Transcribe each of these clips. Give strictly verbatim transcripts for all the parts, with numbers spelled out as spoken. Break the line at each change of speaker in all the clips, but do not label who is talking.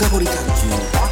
深掘り探求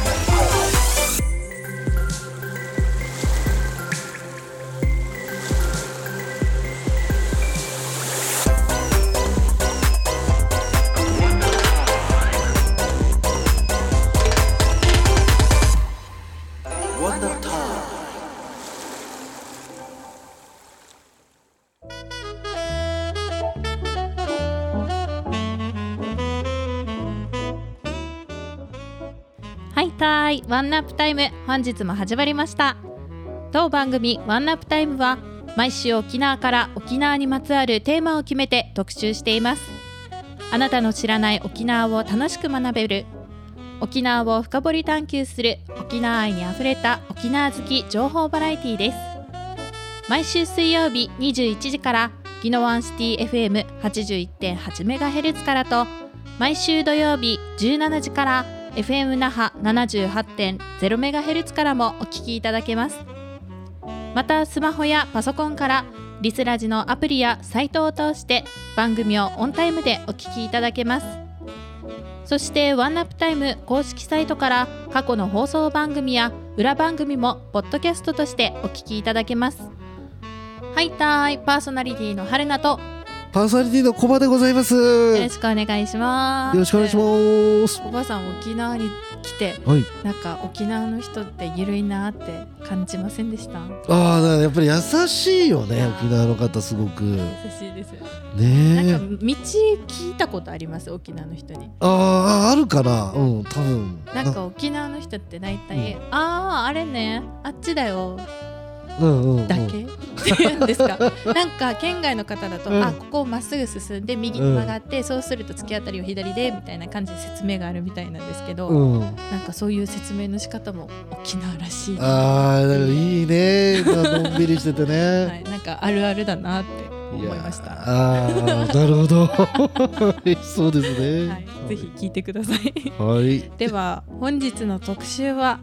はいたーいワンナップタイム、本日も始まりました。当番組ワンナップタイムは毎週沖縄から沖縄にまつわるテーマを決めて特集しています。あなたの知らない沖縄を楽しく学べる、沖縄を深掘り探求する沖縄愛にあふれた沖縄好き情報バラエティです。毎週水曜日にじゅういちじからギノワンシティ エフエムはちじゅういってんはちメガヘルツ からと、毎週土曜日じゅうしちじからエフエム 那覇 ななじゅうはちてんゼロメガヘルツ からもお聞きいただけます。またスマホやパソコンからリスラジのアプリやサイトを通して番組をオンタイムでお聞きいただけます。そしてワンナップタイム公式サイトから過去の放送番組や裏番組もポッドキャストとしてお聞きいただけます。はいたーい、パーソナリティの春菜と
パーソナリティのコバでございます。よ
ろしくお願いします。
よろしくお願いします。
おばさん沖縄に来て、
はい、
なんか沖縄の人ってゆるいなって感じませんでした？
ああ、やっぱり優しいよね、沖縄の方すごく優
しいです
ね。
なんか道聞いたことあります？沖縄の人に。
ああ、あるかな。うん、多分
なんか沖縄の人って大体、うん、あああれね、あっちだよ
うんうんうん、
だけって言うんですか。なんか県外の方だと、うん、あここをまっすぐ進んで右に曲がって、うん、そうすると突き当たりを左でみたいな感じで説明があるみたいなんですけど、うん、なんかそういう説明の仕方も沖縄らしい。
ああ、いいね、のんびりしててね、
はい、なんかあるあるだなって思いました。
ああ、なるほどそうですね、
はい、ぜひ聞いてください、
はい、
では本日の特集は、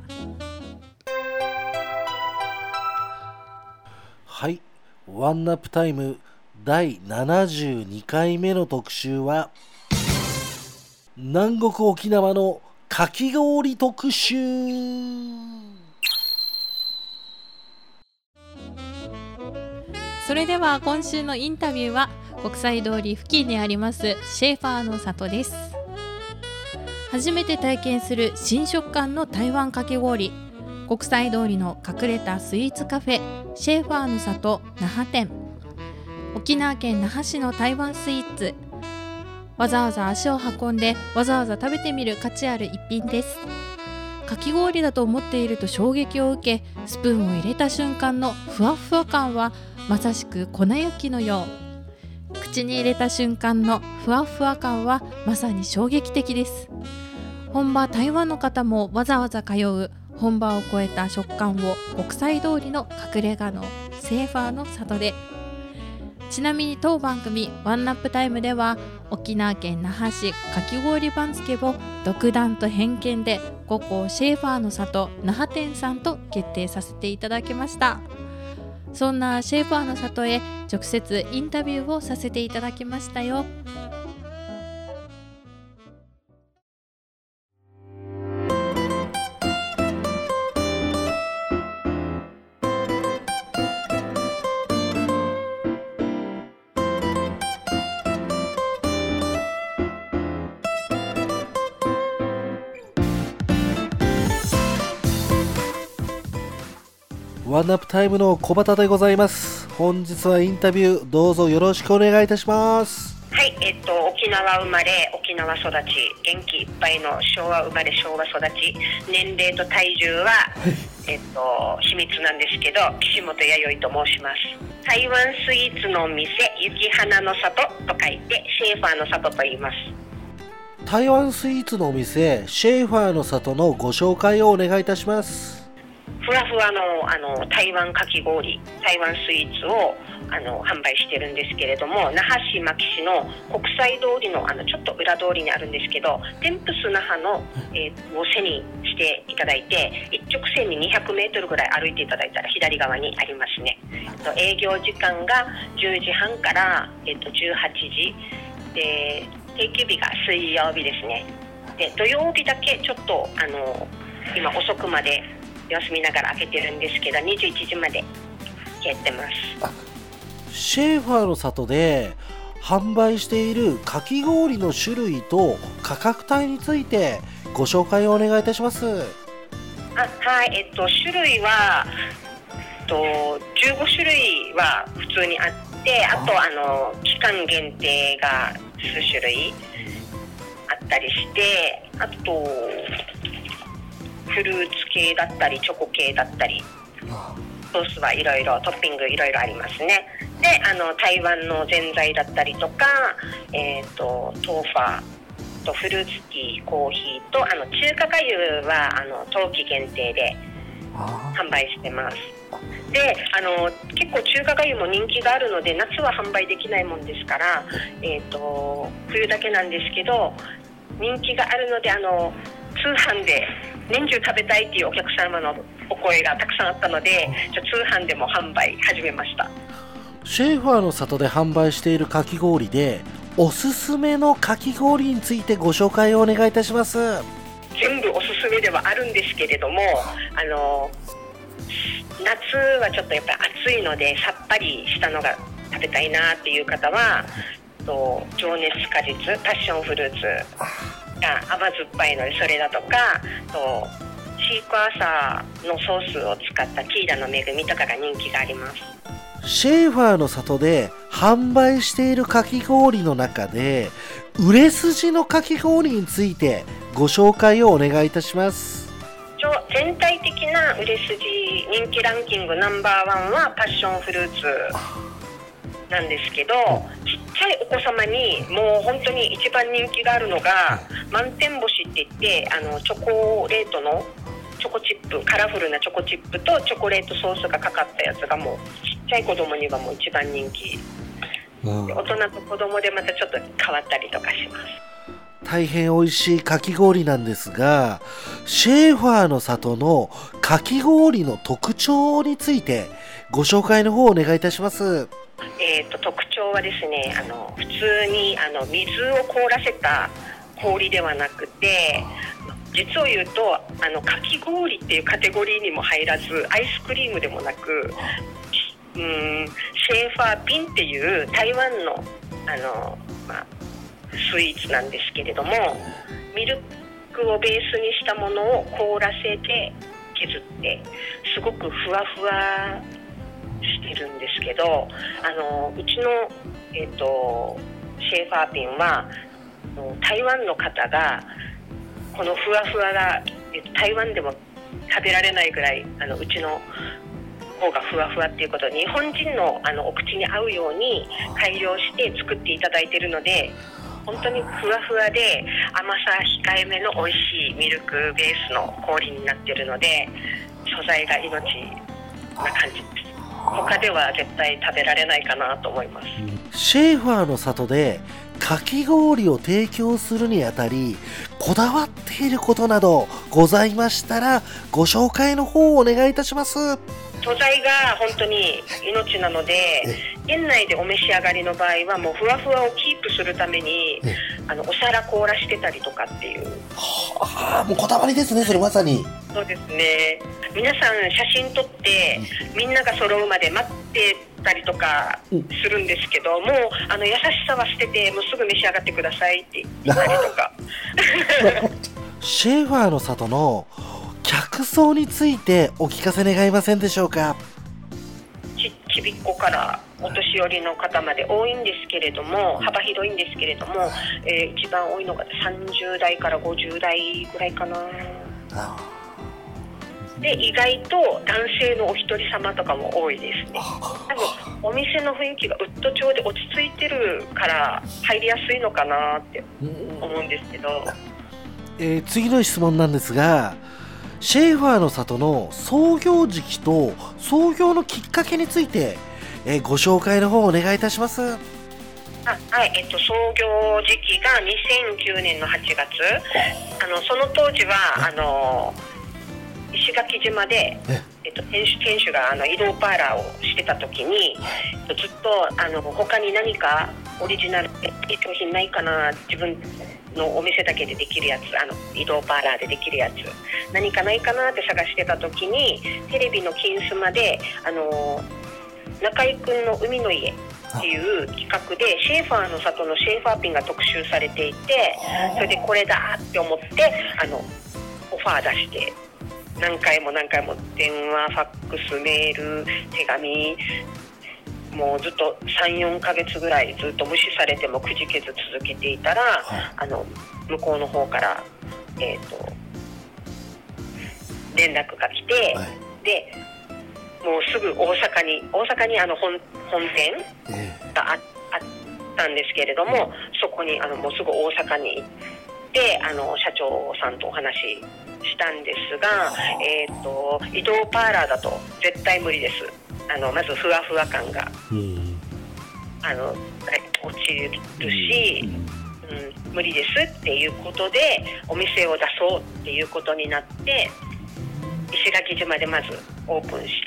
はい、ワンナップタイムだいななじゅうにかいめの特集は南国沖縄のかき氷特集。
それでは今週のインタビューは国際通り付近にありますシェーファーの里です。初めて体験する新食感の台湾かき氷、国際通りの隠れたスイーツカフェシェーファーの里那覇店。沖縄県那覇市の台湾スイーツ、わざわざ足を運んでわざわざ食べてみる価値ある一品です。かき氷だと思っていると衝撃を受け、スプーンを入れた瞬間のふわふわ感はまさしく粉雪のよう。口に入れた瞬間のふわふわ感はまさに衝撃的です。本場台湾の方もわざわざ通う本場を超えた食感を国際通りの隠れ家のシェーファーの里で。ちなみに当番組ワンナップタイムでは沖縄県那覇市かき氷番付を独断と偏見で五校シェーファーの里那覇店さんと決定させていただきました。そんなシェーファーの里へ直接インタビューをさせていただきましたよ。
ワンナップタイムの小畑でございます。本日はインタビューどうぞよろしくお願いいたします。
はい、えっと沖縄生まれ沖縄育ち、元気いっぱいの昭和生まれ昭和育ち、年齢と体重は、えっと秘密なんですけど、岸本弥生と申します。台湾スイーツの店雪花の里と書いてシェーファーの里と言います。
台湾スイーツのお店シェーファーの里のご紹介をお願いいたします。
ふわふわの、あの台湾かき氷、台湾スイーツをあの販売してるんですけれども、那覇市牧市の国際通りの、あのちょっと裏通りにあるんですけど、テンプス那覇の、えー、を背にしていただいて、一直線ににひゃくメートルぐらい歩いていただいたら左側にありますね。営業時間がじゅうじはんから、えー、とじゅうはちじで、定休日が水曜日ですね。 で土曜日だけちょっとあの今遅くまで休みながら開けてるんですけど、にじゅういちじまでやってます。
シェーファーの里で販売しているかき氷の種類と価格帯についてご紹介をお願いいたします。
あはい、えっと、種類は、えっと、じゅうごしゅるいは普通にあって、あとあの期間限定が数種類あったりして、あとフルーツ系だったりチョコ系だったり、ソースはいろいろトッピングいろいろありますね。であの台湾のぜんざいだったりとか、えー、とトーファーとフルーツティー、コーヒーとあの中華粥はあの冬季限定で販売してます。であの結構中華粥も人気があるので夏は販売できないもんですから、えー、と冬だけなんですけど人気があるので、あの通販で年中食べたいっていうお客様のお声がたくさんあったので、じゃ通販でも販売始めました。
シェーファーの里で販売しているかき氷でおすすめのかき氷についてご紹介をお願いいたします。
全部おすすめではあるんですけれども、あの夏はちょっとやっぱり暑いのでさっぱりしたのが食べたいなっていう方はと情熱果実パッションフルーツが甘酸っぱいのでそれだとか、とシークワーサーのソースを使ったキーラの恵みとかが人気があります。
シェーファーの里で販売しているかき氷の中で売れ筋のかき氷についてご紹介をお願いいたします。
全体的な売れ筋人気ランキングナンバーワンはパッションフルーツなんですけど、ちっちゃいお子様にもう本当に一番人気があるのが満天星って言って、あのチョコレートのチョコチップ、カラフルなチョコチップとチョコレートソースがかかったやつがもうちっちゃい子供にはもう一番人気、うん、大人と子供でまたちょっと変わったりとかします。
大変美味しいかき氷なんですが、シェーファーの里のかき氷の特徴についてご紹介の方をお願いいたします。
えーと、特徴はですね、あの普通にあの水を凍らせた氷ではなくて、実を言うとあのかき氷っていうカテゴリーにも入らずアイスクリームでもなく、うーんシェーファーピンっていう台湾の、あの、まあ、スイーツなんですけれども、ミルクをベースにしたものを凍らせて削ってすごくふわふわしてるんですけど、あのうちの、えーと、シェーファーピンは台湾の方がこのふわふわが、えーと、台湾でも食べられないぐらいあのうちの方がふわふわっていうことで日本人の、あのお口に合うように改良して作っていただいているので、本当にふわふわで甘さ控えめの美味しいミルクベースの氷になっているので素材が命な感じです。他では絶対食べられないかなと思います。
シェーファーの里でかき氷を提供するにあたりこだわっていることなどございましたらご紹介の方をお願いいたします。
素材が本当に命なので、店内でお召し上がりの場合はもうふわふわをキープするためにあのお皿凍らしてたりとかっていう、
はあ、もうこだわりですね、それまさに。
そうですね。皆さん写真撮ってみんなが揃うまで待ってたりとかするんですけど、もうあの優しさは捨ててもうすぐ召し上がってくださいって言ったりとか
シェーファーの里の客層についてお聞かせ願いませんでしょうか。
ち, ちびっ子からお年寄りの方まで多いんですけれども、幅広いんですけれども、えー、一番多いのがさんじゅうだいからごじゅうだいぐらいかな。で意外と男性のお一人様とかも多いですね。多分お店の雰囲気がウッド調で落ち着いてるから入りやすいのかなって思うんですけど、
えー、次の質問なんですが、シェーファーの里の創業時期と創業のきっかけについて、えー、ご紹介の方をお願いいたします。
あ、はい、えっと、創業時期がにせんきゅうねんのはちがつ、あのその当時はあの石垣島で、 えっと、店主、店主があの移動パーラーをしてた時に、ずっとあの他に何かオリジナル商品ないかな、自分のお店だけでできるやつ、あの移動パーラーでできるやつ何かないかなって探してた時に、テレビの金スマであの中井くんの海の家っていう企画でシェーファーの里のシェーファーピンが特集されていて、それでこれだって思ってあのオファー出して、何回も何回も電話、ファックス、メール、手紙、もうずっと さん,よん ヶ月ぐらいずっと無視されてもくじけず続けていたら、はい、あの向こうの方から、えーと、連絡が来て、はい、でもうすぐ大阪に大阪にあの 本, 本店が あ, あったんですけれども、えー、そこにあのもうすぐ大阪に行ってあの社長さんとお話ししたんですが、えーと、移動パーラーだと絶対無理です。あのまずふわふわ感が、うん、あの落ちるし、うんうん、無理ですっていうことでお店を出そうっていうことになって、石垣島でまずオープンして、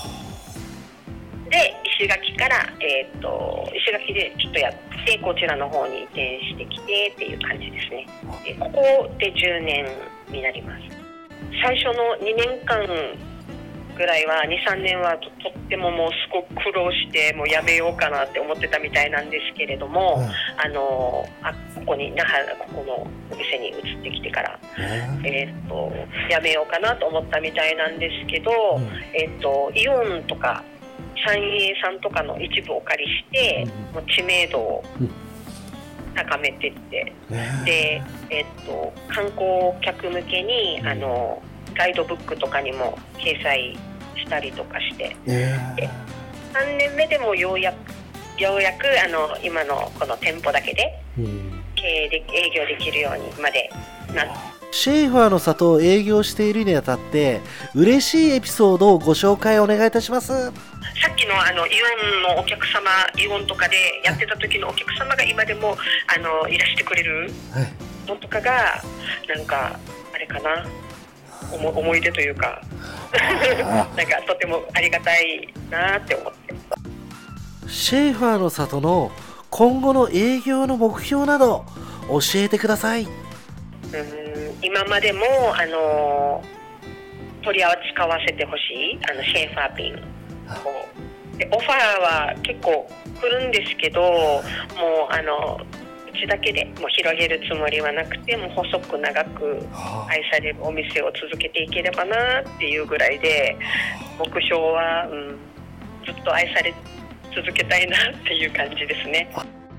で石垣から、えーと、石垣でちょっとやってこちらの方に移転してきてっていう感じですね。でここでじゅうねんになります。最初のにねんかんぐらいは に,さん 年は と, とってももうすごく苦労してもうやめようかなって思ってたみたいなんですけれども、うん、あのあここに那覇ここのお店に移ってきてから、うん、えー、とやめようかなと思ったみたいなんですけど、うん、えー、とイオンとか三栄さんとかの一部をお借りして、うん、もう知名度を高めてって、うん、で、えー、と観光客向けにあのガイドブックとかにも掲載したりとかして、えー、でさんねんめでもようやくようやくあの今のこの店舗だけで経営で営業できるようにまでなって、
シェーファーの里を営業しているにあたって嬉しいエピソードをご紹介お願いいたします。
さっきのあのイオンのお客様、イオンとかでやってた時のお客様が今でもあのいらしてくれるのとかがなんかあれかな、思い出というかなんかとてもありがたいなって思って。
シェーファーの里の今後の営業の目標など教えてください。
うーん、今までもあの取り扱わせてほしいあのシェーファーピンをでオファーは結構来るんですけど、もうあのうちだけでもう広げるつもりはなくて、もう細く長く愛されるお店を続けていければなっていうぐらいで、目標は、うん、ずっと愛され続けたいなっていう感じですね。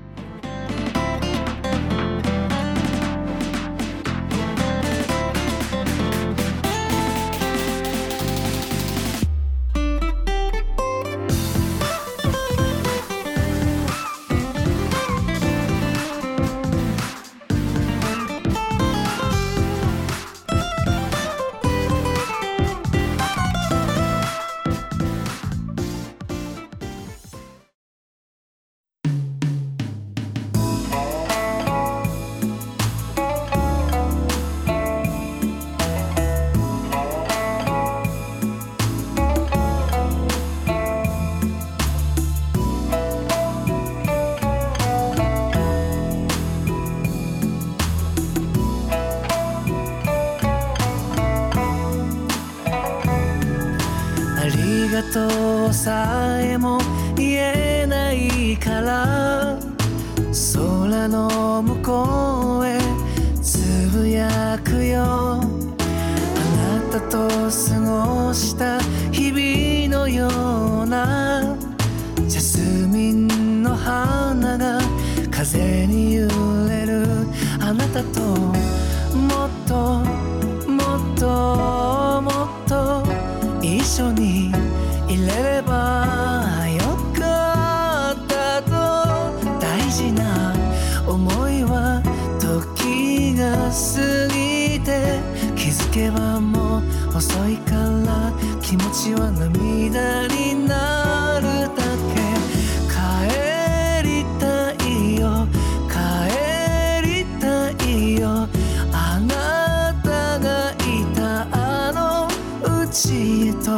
ありがとうさえも言えないから、空の向こうへつぶやくよ。あなたと過ごした日々のようなジャスミンの花が風に揺れる。あなたともっともっともっと一緒にいれればよかったと、大事な思いは時が過ぎて気づけばもう遅いから、気持ちは涙になるだけ。帰りたいよ帰りたいよ、あなたがいたあのうちへと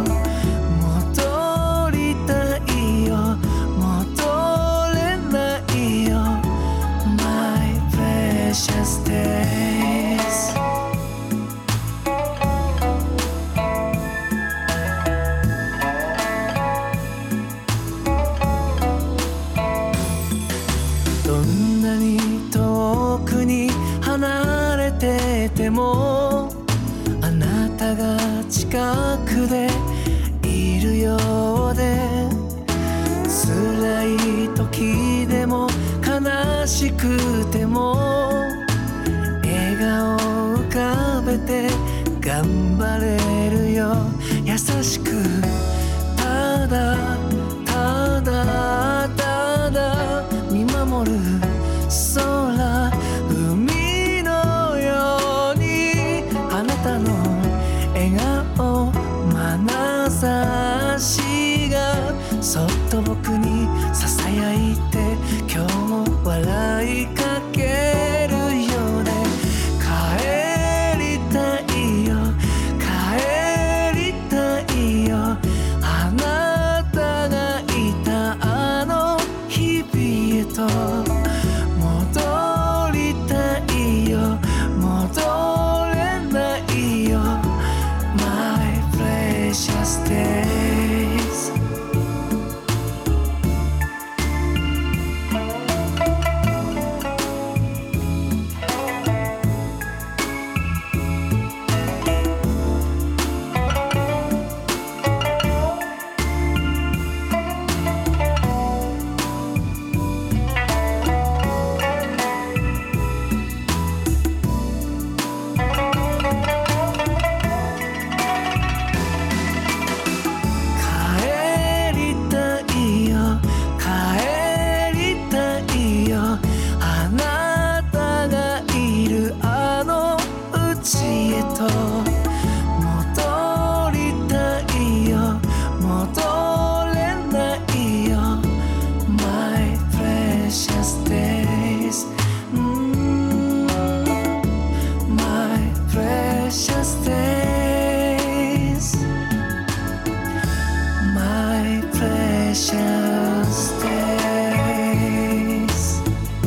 戻りたいよ戻れないよ My precious days どんなに遠くに離れててもあなたが近くでいるようで辛い時でも悲しくても笑顔浮かべて頑張れるよ優しくただただただ見守る空海のようにあなたの笑顔眼差しがそっと僕にささやいて今日も笑いかけるようで帰りたいよ帰りたいよあなたがいたあの日々へと戻りたいよ戻れないよ My precious days 帰りたいよ帰りたいよあなたがいるあの家へと戻りたいよ戻れないよ My precious days、うん、My precious days My precious days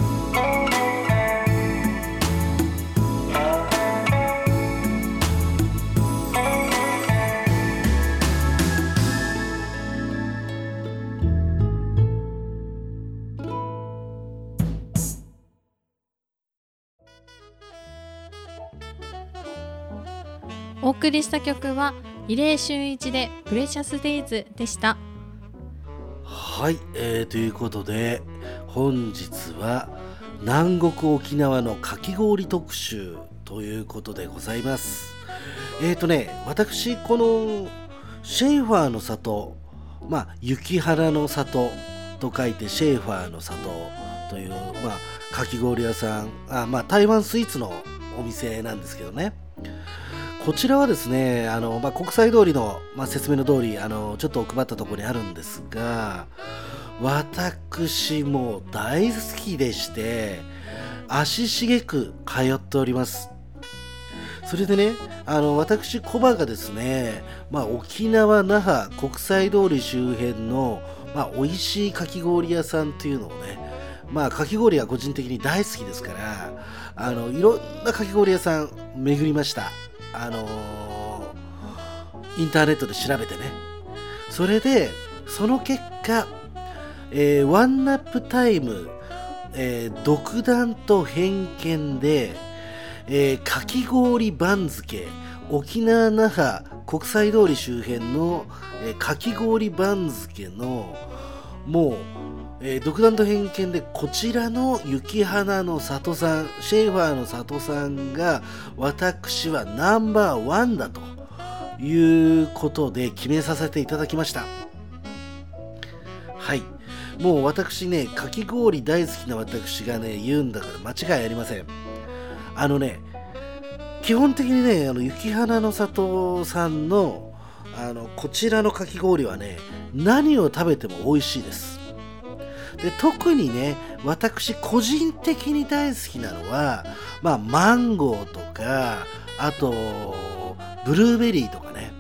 お送りした曲は入江俊一でプレシャスデイズでした。
はい、えー、ということで本日は南国沖縄のかき氷特集ということでございます。えーとね私このシェーファーの里、まあ雪原の里と書いてシェーファーの里という、まあ、かき氷屋さん、あ、まあ、台湾スイーツのお店なんですけどね、こちらはですねあの、まあ、国際通りの、まあ、説明の通りあのちょっと奥まったところにあるんですが、私も大好きでして足しげく通っております。それでねあの私コバがですね、まあ、沖縄那覇国際通り周辺の、まあ、美味しいかき氷屋さんというのをね、まあ、かき氷は個人的に大好きですからあのいろんなかき氷屋さん巡りました。あのー、インターネットで調べてね、それでその結果、えー、ワンナップタイム、えー、独断と偏見で、えー、かき氷番付沖縄那覇国際通り周辺の、えー、かき氷番付のもう、えー、独断と偏見でこちらの雪花の里さんシェーファーの里さんが私はナンバーワンだということで決めさせていただきました。はい、もう私ねかき氷大好きな私がね言うんだから間違いありません。あのね基本的にねあの雪花の里さんのあのこちらのかき氷はね何を食べても美味しいです。で特にね私個人的に大好きなのは、まあ、マンゴーとかあとブルーベリーとかね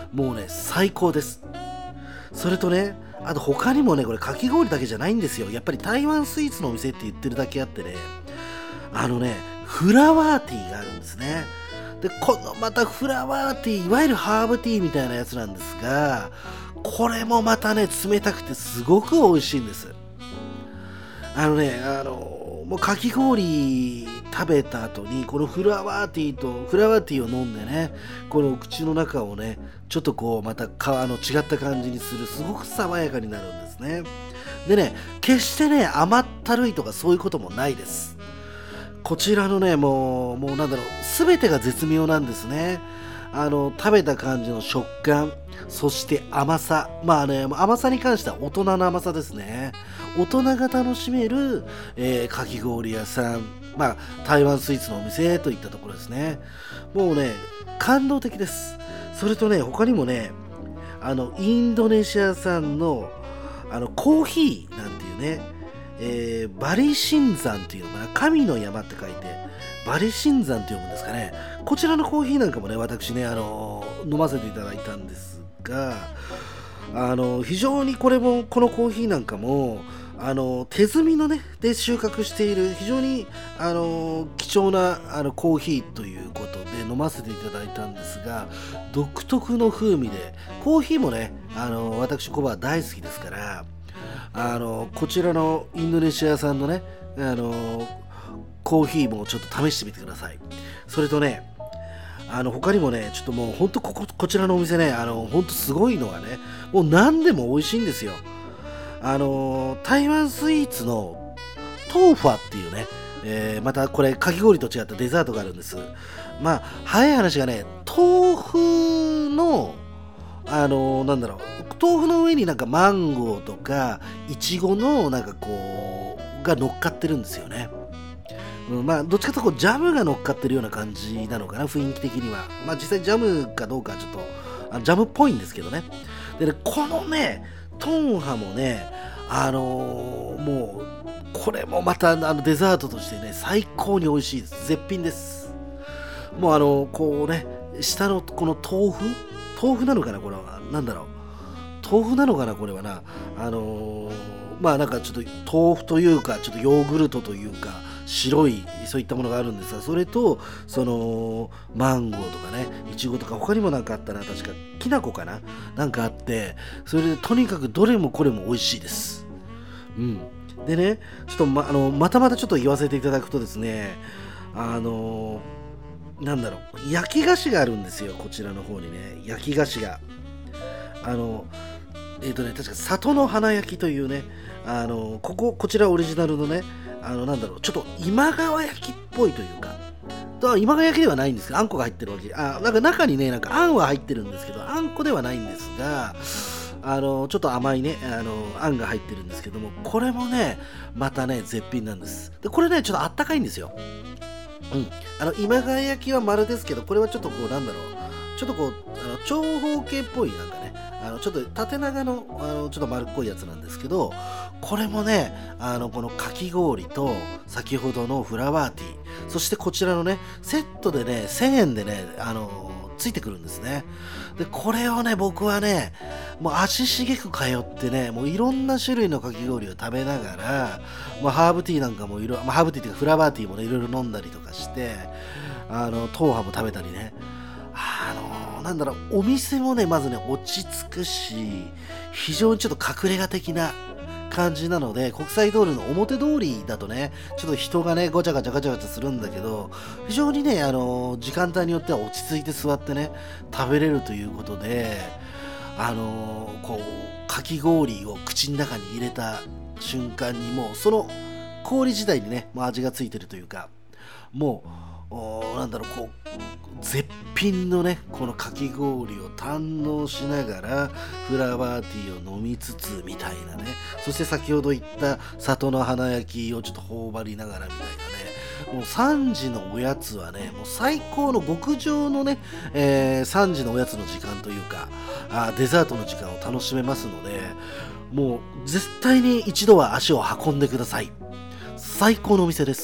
もうね最高です。それとね、あと他にもね、これかき氷だけじゃないんですよ。やっぱり台湾スイーツのお店って言ってるだけあってね、あのねフラワーティーがあるんですね。でこのまたフラワーティー、いわゆるハーブティーみたいなやつなんですが、これもまたね冷たくてすごく美味しいんです。あのねあのもうかき氷食べた後にこのフラワーティーとフラワーティーを飲んでね、この口の中をねちょっとこうまたかあの違った感じにする、すごく爽やかになるんですね。でね、決してね甘ったるいとかそういうこともないです。こちらのねもうもうなんだろう、全てが絶妙なんですね。あの食べた感じの食感、そして甘さ、まあね甘さに関しては大人の甘さですね。大人が楽しめる、えー、かき氷屋さん、まあ台湾スイーツのお店といったところですね。もうね感動的です。それとね他にもね、あのインドネシア産のあのコーヒーなんていうね、えー、バリ新山っていうのかな、神の山って書いてバリ新山って読むんですかね。こちらのコーヒーなんかもね私ね、あのー、飲ませていただいたんですが、あのー、非常にこれもこのコーヒーなんかもあのー、手摘みのねで収穫している非常に、あのー、貴重なあのコーヒーということで飲ませていただいたんですが、独特の風味で、コーヒーもね、あのー、私コバ大好きですから、あのこちらのインドネシア産のね、あのコーヒーもちょっと試してみてください。それとね、あの他にもね、ちょっともうほんとこここちらのお店ね、あのほんとすごいのがね、もう何でも美味しいんですよ。あの台湾スイーツのトーファっていうね、えー、またこれかき氷と違ったデザートがあるんです。まあ早い話がね、豆腐のあのー、なんだろう、豆腐の上になんかマンゴーとかイチゴのなんかこうが乗っかってるんですよね。うん、まあどっちかというとこうジャムが乗っかってるような感じなのかな、雰囲気的には。まあ実際ジャムかどうかはちょっとあジャムっぽいんですけどね。でね、このねトンハもね、あのー、もうこれもまたあのデザートとしてね最高に美味しいです。絶品です。もうあのー、こうね、下のこの豆腐豆腐なのかな、これはなんだろう、豆腐なのかな、これはな、あのー、まあなんかちょっと豆腐というかちょっとヨーグルトというか白いそういったものがあるんですが、それとそのマンゴーとかねイチゴとか他にもなんかあったな、確かきな粉かな、なんかあって、それでとにかくどれもこれも美味しいです。うん。でね、ちょっと ま, あのまたまたちょっと言わせていただくとですね、あのーなんだろう、焼き菓子があるんですよ、こちらの方にね。焼き菓子があのえっ、ー、とね確か里の花焼きというね、あのこここちらオリジナルのね、あのなんだろう、ちょっと今川焼きっぽいというか、と今川焼きではないんですけど、あんこが入ってるわけ、あなんか中にねなんかあんは入ってるんですけど、あんこではないんですが、あのちょっと甘いね、あのあんが入ってるんですけども、これもねまたね絶品なんです。でこれねちょっとあったかいんですよ。うん、あの今川焼きは丸ですけど、これはちょっとこうなんだろう、ちょっとこうあの長方形っぽいなんかね、あのちょっと縦長のあのちょっと丸っこいやつなんですけど、これもねあのこのかき氷と先ほどのフラワーティー、そしてこちらのねセットでねせんえんでねあのついてくるんですね。でこれをね僕はねもう足しげく通ってね、もういろんな種類のかき氷を食べながら、まあ、ハーブティーなんかもいろ、まあ、ハーブティーっていうかフラワーティーもねいろいろ飲んだりとかして、あのトーハも食べたりね、あのなんだろう、お店もねまずね落ち着くし、非常にちょっと隠れ家的な感じなので、国際通りの表通りだとねちょっと人がねごちゃごちゃごちゃごちゃするんだけど、非常にねあの時間帯によっては落ち着いて座ってね食べれるということで、あのこうかき氷を口の中に入れた瞬間にもうその氷自体にねもう味がついてるというか、もうなんだろう、こう絶品のねこのかき氷を堪能しながらフラワーティーを飲みつつみたいなね、そして先ほど言った里の花焼きをちょっと頬張りながらみたいなね、もうさんじのおやつはねもう最高の極上のね、えー、さんじのおやつの時間というか、あデザートの時間を楽しめますので、もう絶対に一度は足を運んでください。最高のお店です。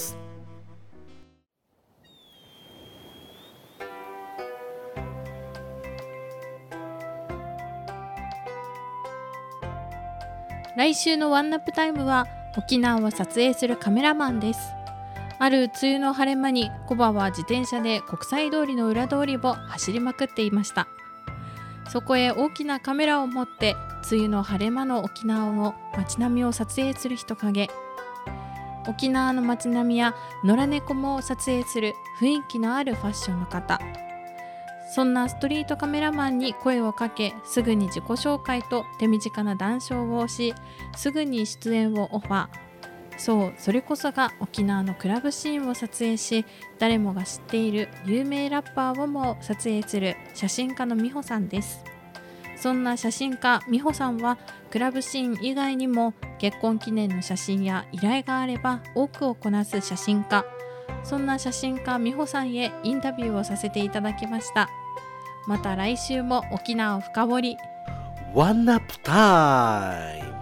来週のワンナップタイムは沖縄を撮影するカメラマンです。ある梅雨の晴れ間にコバは自転車で国際通りの裏通りを走りまくっていました。そこへ大きなカメラを持って梅雨の晴れ間の沖縄の街並みを撮影する人影。沖縄の街並みや野良猫も撮影する雰囲気のあるファッションの方。そんなストリートカメラマンに声をかけ、すぐに自己紹介と手短な談笑をし、すぐに出演をオファー。そう、それこそが沖縄のクラブシーンを撮影し、誰もが知っている有名ラッパーをも撮影する写真家の美穂さんです。そんな写真家美穂さんはクラブシーン以外にも結婚記念の写真や依頼があれば多くをこなす写真家。そんな写真家美穂さんへインタビューをさせていただきました。また来週も沖縄を深掘り。
ワンナップタイム。